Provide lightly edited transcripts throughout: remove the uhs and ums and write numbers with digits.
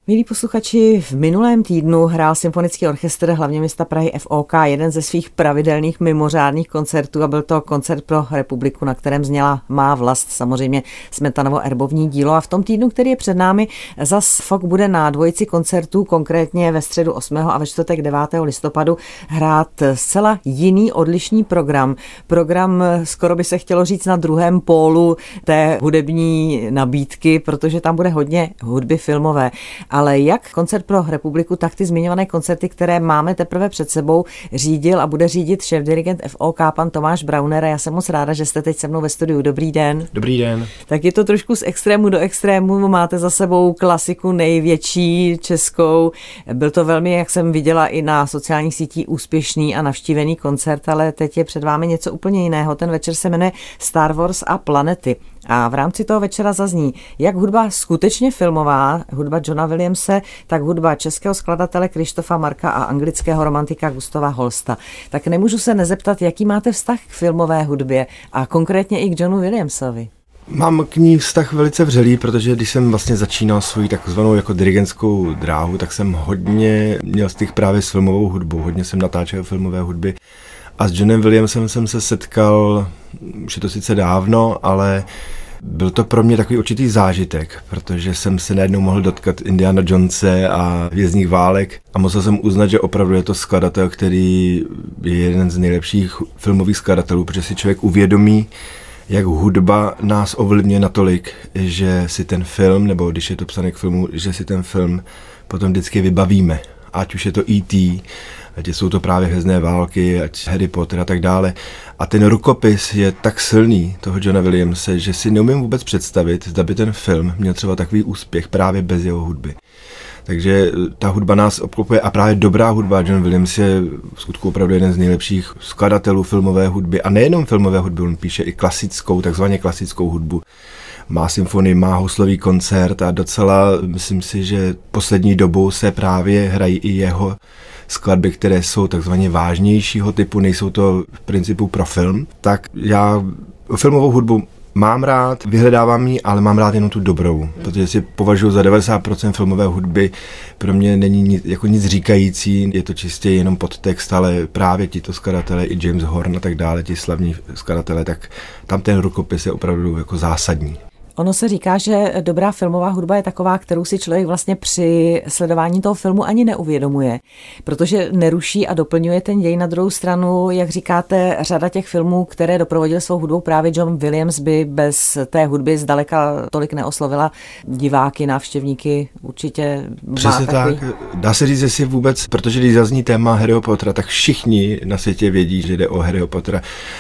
Milí posluchači, v minulém týdnu hrál Symfonický orchestr hlavního města Prahy FOK jeden ze svých pravidelných mimořádných koncertů a byl to koncert pro republiku, na kterém zněla Má vlast, samozřejmě Smetanovo erbovní dílo. A v tom týdnu, který je před námi, zas FOK bude na dvojici koncertů, konkrétně ve středu 8. a ve čtvrtek 9. listopadu hrát zcela jiný odlišný program. Program, skoro by se chtělo říct, na druhém pólu té hudební nabídky, protože tam bude hodně hudby filmové. Ale jak koncert pro republiku, tak ty zmiňované koncerty, které máme teprve před sebou, řídil a bude řídit šéfdirigent FOK, pan Tomáš Brauner. Já jsem moc ráda, že jste teď se mnou ve studiu. Dobrý den. Dobrý den. Tak je to trošku z extrému do extrému. Máte za sebou klasiku největší českou. Byl to velmi, jak jsem viděla i na sociálních sítích, úspěšný a navštívený koncert, ale teď je před vámi něco úplně jiného. Ten večer se jmenuje Star Wars a planety. A v rámci toho večera zazní jak hudba skutečně filmová, hudba Johna Williamse, tak hudba českého skladatele Krištofa Marka a anglického romantika Gustava Holsta. Tak nemůžu se nezeptat, jaký máte vztah k filmové hudbě a konkrétně i k Johnu Williamsovi. Mám k ní vztah velice vřelý, protože když jsem vlastně začínal svoji takzvanou jako dirigentskou dráhu, tak jsem hodně měl styk právě s filmovou hudbou, hodně jsem natáčel filmové hudby. A s Johnem Williamsem jsem se setkal, už je to sice dávno, ale byl to pro mě takový určitý zážitek, protože jsem se najednou mohl dotkat Indiana Jonese a Hvězdných válek a musel jsem uznat, že opravdu je to skladatel, který je jeden z nejlepších filmových skladatelů, protože si člověk uvědomí, jak hudba nás ovlivňuje natolik, že si ten film, nebo když je to psané k filmu, že si ten film potom vždycky vybavíme. Ať už je to E.T., ať jsou to právě Hvězdné války, ať Harry Potter a tak dále. A ten rukopis je tak silný toho Johna Williamse, že si neumím vůbec představit, zda by ten film měl třeba takový úspěch právě bez jeho hudby. Takže ta hudba nás obklopuje a právě dobrá hudba. John Williams je v skutku opravdu jeden z nejlepších skladatelů filmové hudby. A nejenom filmové hudby, on píše i klasickou, takzvaně klasickou hudbu. Má symfonii, má houslový koncert a docela myslím si, že poslední dobou se právě hrají i jeho skladby, které jsou takzvaně vážnějšího typu, nejsou to v principu pro film. Tak já filmovou hudbu mám rád, vyhledávám ji, ale mám rád jenom tu dobrou, protože si považuji za 90% filmové hudby, pro mě není nic říkající, je to čistě jenom podtext, ale právě tito skladatelé, i James Horner a tak dále, ti slavní skladatelé, tak tam ten rukopis je opravdu jako zásadní. Ono se říká, že dobrá filmová hudba je taková, kterou si člověk vlastně při sledování toho filmu ani neuvědomuje, protože neruší a doplňuje ten děj. Na druhou stranu, jak říkáte, řada těch filmů, které doprovodil svou hudbou právě John Williams, by bez té hudby zdaleka tolik neoslovila diváky, návštěvníky, určitě má přesně takový... tak. Dá se říct, jestli vůbec, protože když zazní téma Harryho Pottera, tak všichni na světě vědí, že jde o Harryho Pottera.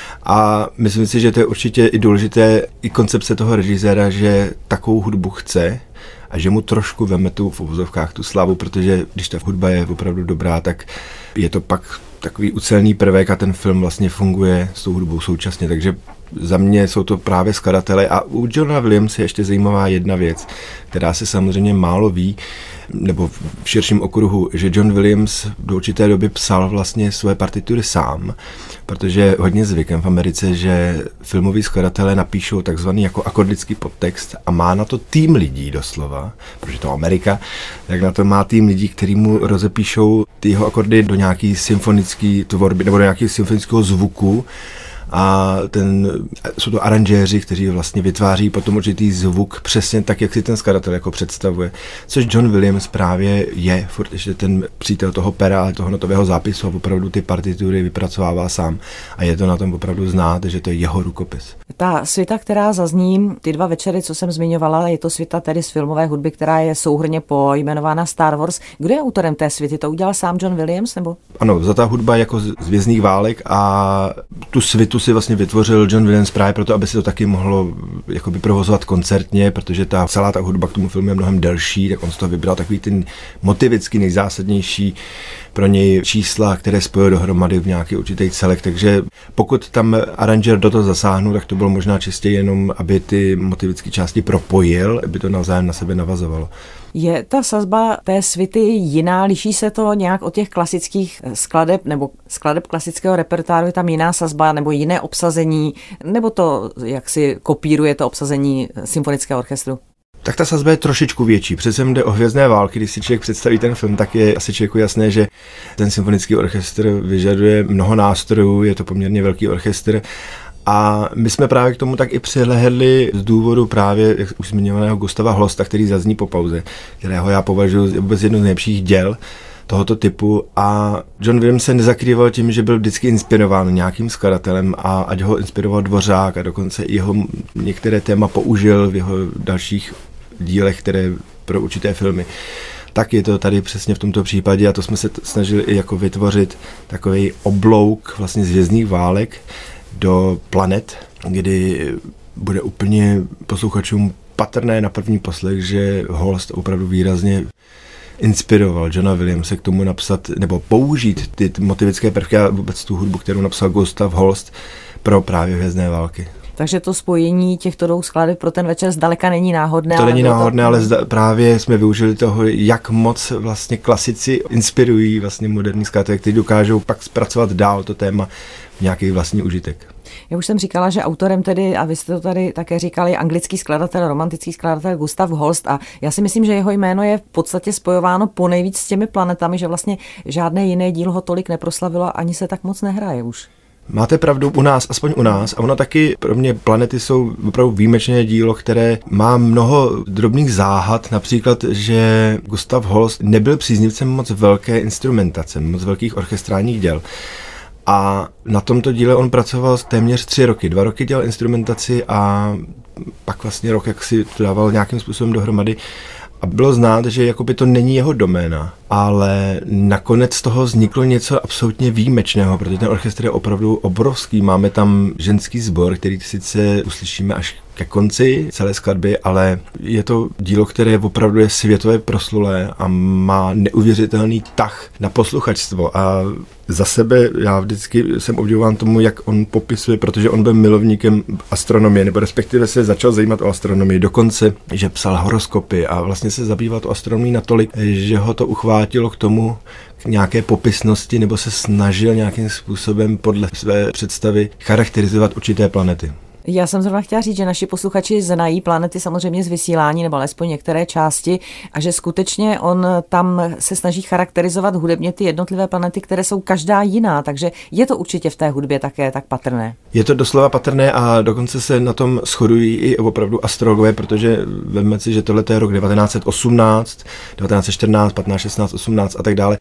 A myslím si, že to je určitě i důležité, i koncepce toho režiséra, že takovou hudbu chce a že mu trošku veme v uvozovkách tu slavu, protože když ta hudba je opravdu dobrá, tak je to pak takový ucelený prvek a ten film vlastně funguje s tou hudbou současně, takže za mě jsou to právě skladatelé a u Johna Williamse je ještě zajímavá jedna věc, která se samozřejmě málo ví, nebo v širším okruhu, že John Williams do určité doby psal vlastně své partitury sám, protože je hodně zvykem v Americe, že filmoví skladatelé napíšou takzvaný jako akordický podtext a má na to tým lidí doslova, protože to Amerika, tak na to má tým lidí, kteří mu rozepíšou ty jeho akordy do nějaký symfonické tvorby nebo do nějakého symfonického zvuku. A jsou to aranžéři, kteří vlastně vytváří potom určitý zvuk přesně tak, jak si ten skladatel jako představuje. Což John Williams právě je furt ještě ten přítel toho pera, toho notového zápisu a opravdu ty partitury vypracovává sám. A je to na tom opravdu znát, že to je jeho rukopis. Ta svita, která zazní, ty dva večery, co jsem zmiňovala, je to svita tedy z filmové hudby, která je souhrnně pojmenována Star Wars. Kdo je autorem té svity? To udělal sám John Williams, nebo? Ano, za ta hudba jako z Hvězdných válek a tu svitu si vlastně vytvořil John Williams právě proto, aby se to taky mohlo jakoby provozovat koncertně, protože celá ta hudba k tomu filmu je mnohem delší, tak on z toho vybral takový ten motivicky nejzásadnější pro něj čísla, které spojil dohromady v nějaký určitý celek, takže pokud tam aranžér do toho zasáhnul, tak to bylo možná čistě jenom, aby ty motivické části propojil, aby to navzájem na sebe navazovalo. Je ta sazba té svity jiná? Liší se to nějak od těch klasických skladeb nebo skladeb klasického repertoáru? Je tam jiná sazba nebo jiné obsazení? Nebo to jak si kopíruje to obsazení symfonického orchestru? Tak ta sazba je trošičku větší. Přece jde o Hvězdné války, když si člověk představí ten film, tak je asi člověku jasné, že ten symfonický orchestr vyžaduje mnoho nástrojů, je to poměrně velký orchestr. A my jsme právě k tomu tak i přihlédli z důvodu právě jak už zmiňovaného Gustava Holsta, který zazní po pauze, kterého já považuji za vůbec jedno z nejlepších děl tohoto typu. A John Williams se nezakrýval tím, že byl vždycky inspirován nějakým skladatelem a ať ho inspiroval Dvořák a dokonce i jeho některé téma použil v jeho dalších dílech, které pro určité filmy. Tak je to tady přesně v tomto případě a to jsme se snažili i jako vytvořit takový oblouk vlastně z Hvězdných válek do planet, kdy bude úplně posluchačům patrné na první poslech, že Holst opravdu výrazně inspiroval Johna Williamse k tomu napsat nebo použít ty motivické prvky a vůbec tu hudbu, kterou napsal Gustav Holst pro právě Hvězdné války. Takže to spojení těchto dvou skladeb pro ten večer zdaleka není náhodné. To není náhodné, ale právě jsme využili toho, jak moc vlastně klasici inspirují vlastně moderní skladatelé, kteří dokážou pak zpracovat dál to téma v nějaký vlastní užitek. Já už jsem říkala, že autorem tedy, a vy jste to tady také říkali, anglický skladatel, romantický skladatel Gustav Holst a já si myslím, že jeho jméno je v podstatě spojováno ponejvíc s těmi planetami, že vlastně žádné jiné dílo ho tolik neproslavilo a ani se tak moc nehraje už. Máte pravdu u nás, aspoň u nás. A ono taky pro mě planety jsou opravdu výjimečné dílo, které má mnoho drobných záhad. Například, že Gustav Holst nebyl příznivcem moc velké instrumentace, moc velkých orchestrálních děl. A na tomto díle on pracoval téměř 3 roky. 2 roky dělal instrumentaci a pak vlastně rok, jak si to dával nějakým způsobem dohromady. A bylo znát, že jakoby to není jeho doména, ale nakonec z toho vzniklo něco absolutně výjimečného, protože ten orchestr je opravdu obrovský. Máme tam ženský sbor, který sice uslyšíme až ke konci celé skladby, ale je to dílo, které opravdu je světově proslulé a má neuvěřitelný tah na posluchačstvo. A za sebe já vždycky jsem obdivován tomu, jak on popisuje, protože on byl milovníkem astronomie, nebo respektive se začal zajímat o astronomii dokonce, že psal horoskopy a vlastně se zabýval o astronomii natolik, že ho to uchvátilo k tomu, k nějaké popisnosti, nebo se snažil nějakým způsobem podle své představy charakterizovat určité planety. Já jsem zrovna chtěla říct, že naši posluchači znají planety samozřejmě z vysílání nebo alespoň některé části a že skutečně on tam se snaží charakterizovat hudebně ty jednotlivé planety, které jsou každá jiná, takže je to určitě v té hudbě také tak patrné. Je to doslova patrné a dokonce se na tom shodují i opravdu astrologové, protože vezměte si, že tohle je rok 1918, 1914, 15, 16, 18 a tak dále.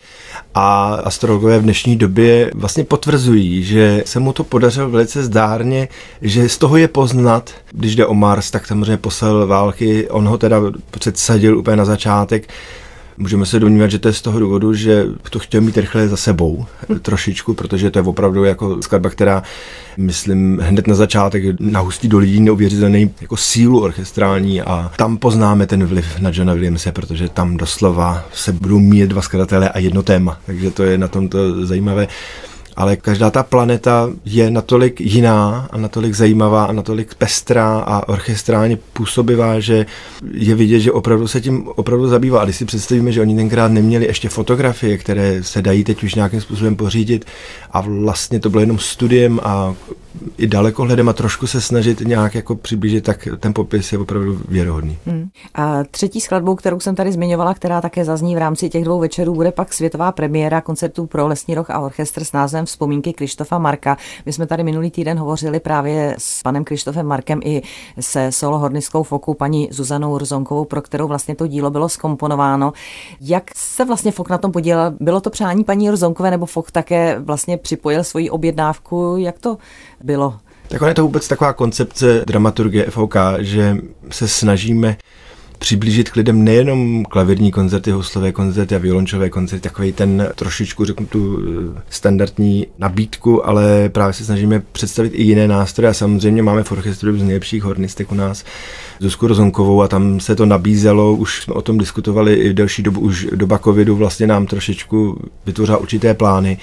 A astrologové v dnešní době vlastně potvrzují, že se mu to podařilo velice zdárně, že z toho je poznat, když jde o Mars, tak samozřejmě poslal války, on ho teda předsadil úplně na začátek. Můžeme se domnívat, že to je z toho důvodu, že to chtěl mít rychle za sebou trošičku, protože to je opravdu jako skladba, která, myslím, hned na začátek nahustí do lidí neuvěřitelný jako sílu orchestrální a tam poznáme ten vliv na Johna Williamse, protože tam doslova se budou mít 2 skladatelé a jedno téma, takže to je na tomto zajímavé. Ale každá ta planeta je natolik jiná a natolik zajímavá a natolik pestrá a orchestrálně působivá, že je vidět, že opravdu se tím opravdu zabývá. A když si představíme, že oni tenkrát neměli ještě fotografie, které se dají teď už nějakým způsobem pořídit a vlastně to bylo jenom studiem a i dalekohledem a trošku se snažit nějak jako přiblížit, tak ten popis je opravdu věrohodný. A třetí skladbou, kterou jsem tady zmiňovala, která také zazní v rámci těch 2 večerů, bude pak světová premiéra koncertů pro Lesní roh a orchestr s názvem Vzpomínky Krištofa Marka. My jsme tady minulý týden hovořili právě s panem Krištofem Markem i se solohornistskou fokou paní Zuzanou Rzonkovou, pro kterou vlastně to dílo bylo zkomponováno. Jak se vlastně Fok na tom podílel? Bylo to přání paní Rzonkové nebo Fok také vlastně připojil svoji objednávku? Jak to bylo? Tak je to vůbec taková koncepce dramaturgie FOK, že se snažíme přiblížit k lidem nejenom klavírní koncerty, houslové koncerty a violončové koncerty, takový ten trošičku, řeknu tu standardní nabídku, ale právě se snažíme představit i jiné nástroje a samozřejmě máme v orchestru z nejlepších hornistek u nás Zuzku Rzonkovou a tam se to nabízelo, už jsme o tom diskutovali i delší dobu, už doba covidu vlastně nám trošičku vytvořila určité plány.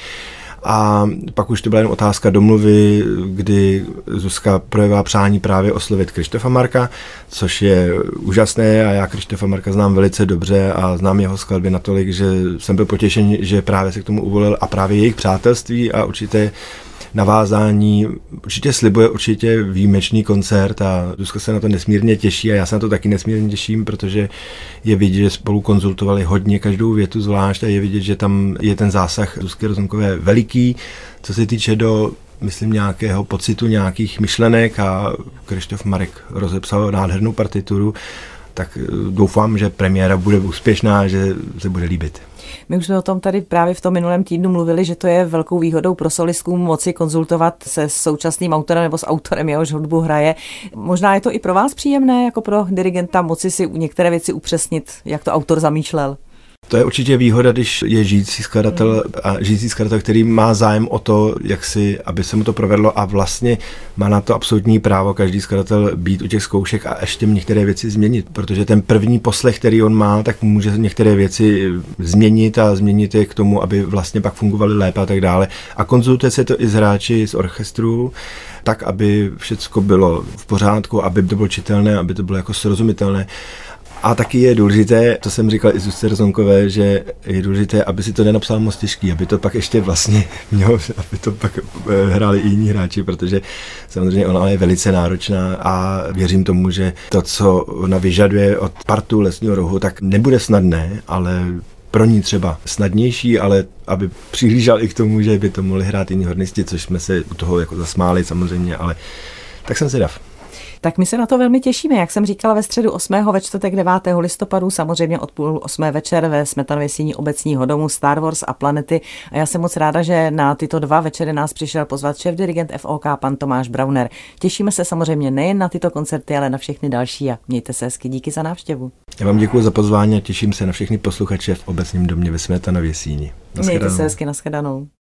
A pak už to byla jen otázka domluvy, kdy Zuzka projevila přání právě oslovit Krištofa Marka, což je úžasné a já Krištofa Marka znám velice dobře a znám jeho skladby natolik, že jsem byl potěšen, že právě se k tomu uvolil a právě jejich přátelství a určité navázání. Určitě slibuje určitě výjimečný koncert a Zuzka se na to nesmírně těší a já se na to taky nesmírně těším, protože je vidět, že spolu konzultovali hodně každou větu zvlášť a je vidět, že tam je ten zásah Zuzky Rozenkové veliký, co se týče do myslím nějakého pocitu, nějakých myšlenek a Kryštof Marek rozepsal nádhernou partituru, tak doufám, že premiéra bude úspěšná, že se bude líbit. My už jsme o tom tady právě v tom minulém týdnu mluvili, že to je velkou výhodou pro solistku moci konzultovat se současným autorem nebo s autorem, jehož hudbu hraje. Možná je to i pro vás příjemné, jako pro dirigenta, moci si některé věci upřesnit, jak to autor zamýšlel. To je určitě výhoda, když je žijící skladatel, který má zájem o to, aby se mu to provedlo a vlastně má na to absolutní právo každý skladatel být u těch zkoušek a ještě některé věci změnit, protože ten první poslech, který on má, tak může některé věci změnit a změnit je k tomu, aby vlastně pak fungovaly lépe a tak dále. A konzultuje se to i s hráči z orchestru, tak, aby všechno bylo v pořádku, aby to bylo čitelné, aby to bylo jako srozumitelné. A taky je důležité, to jsem říkal i Zuzce Rozenkové, že je důležité, aby si to nenapsal moc těžký, aby to pak ještě vlastně mělo, aby to pak hráli i jiní hráči, protože samozřejmě ona je velice náročná a věřím tomu, že to, co ona vyžaduje od partu Lesního rohu, tak nebude snadné, ale pro ní třeba snadnější, ale aby přihlížel i k tomu, že by to mohli hrát jiní hornisti, což jsme se u toho jako zasmáli samozřejmě, ale tak jsem zvědav. Tak my se na to velmi těšíme, jak jsem říkala, ve středu 8. ve čtvrtek 9. listopadu, samozřejmě od 7:30 večer ve Smetanově síni Obecního domu Star Wars a Planety. A já jsem moc ráda, že na tyto 2 večery nás přišel pozvat šéfdirigent FOK pan Tomáš Brauner. Těšíme se samozřejmě nejen na tyto koncerty, ale na všechny další a mějte se hezky, díky za návštěvu. Já vám děkuji za pozvání a těším se na všechny posluchače v Obecním domě ve Smetanově síni. Mějte se hezky, nashledanou.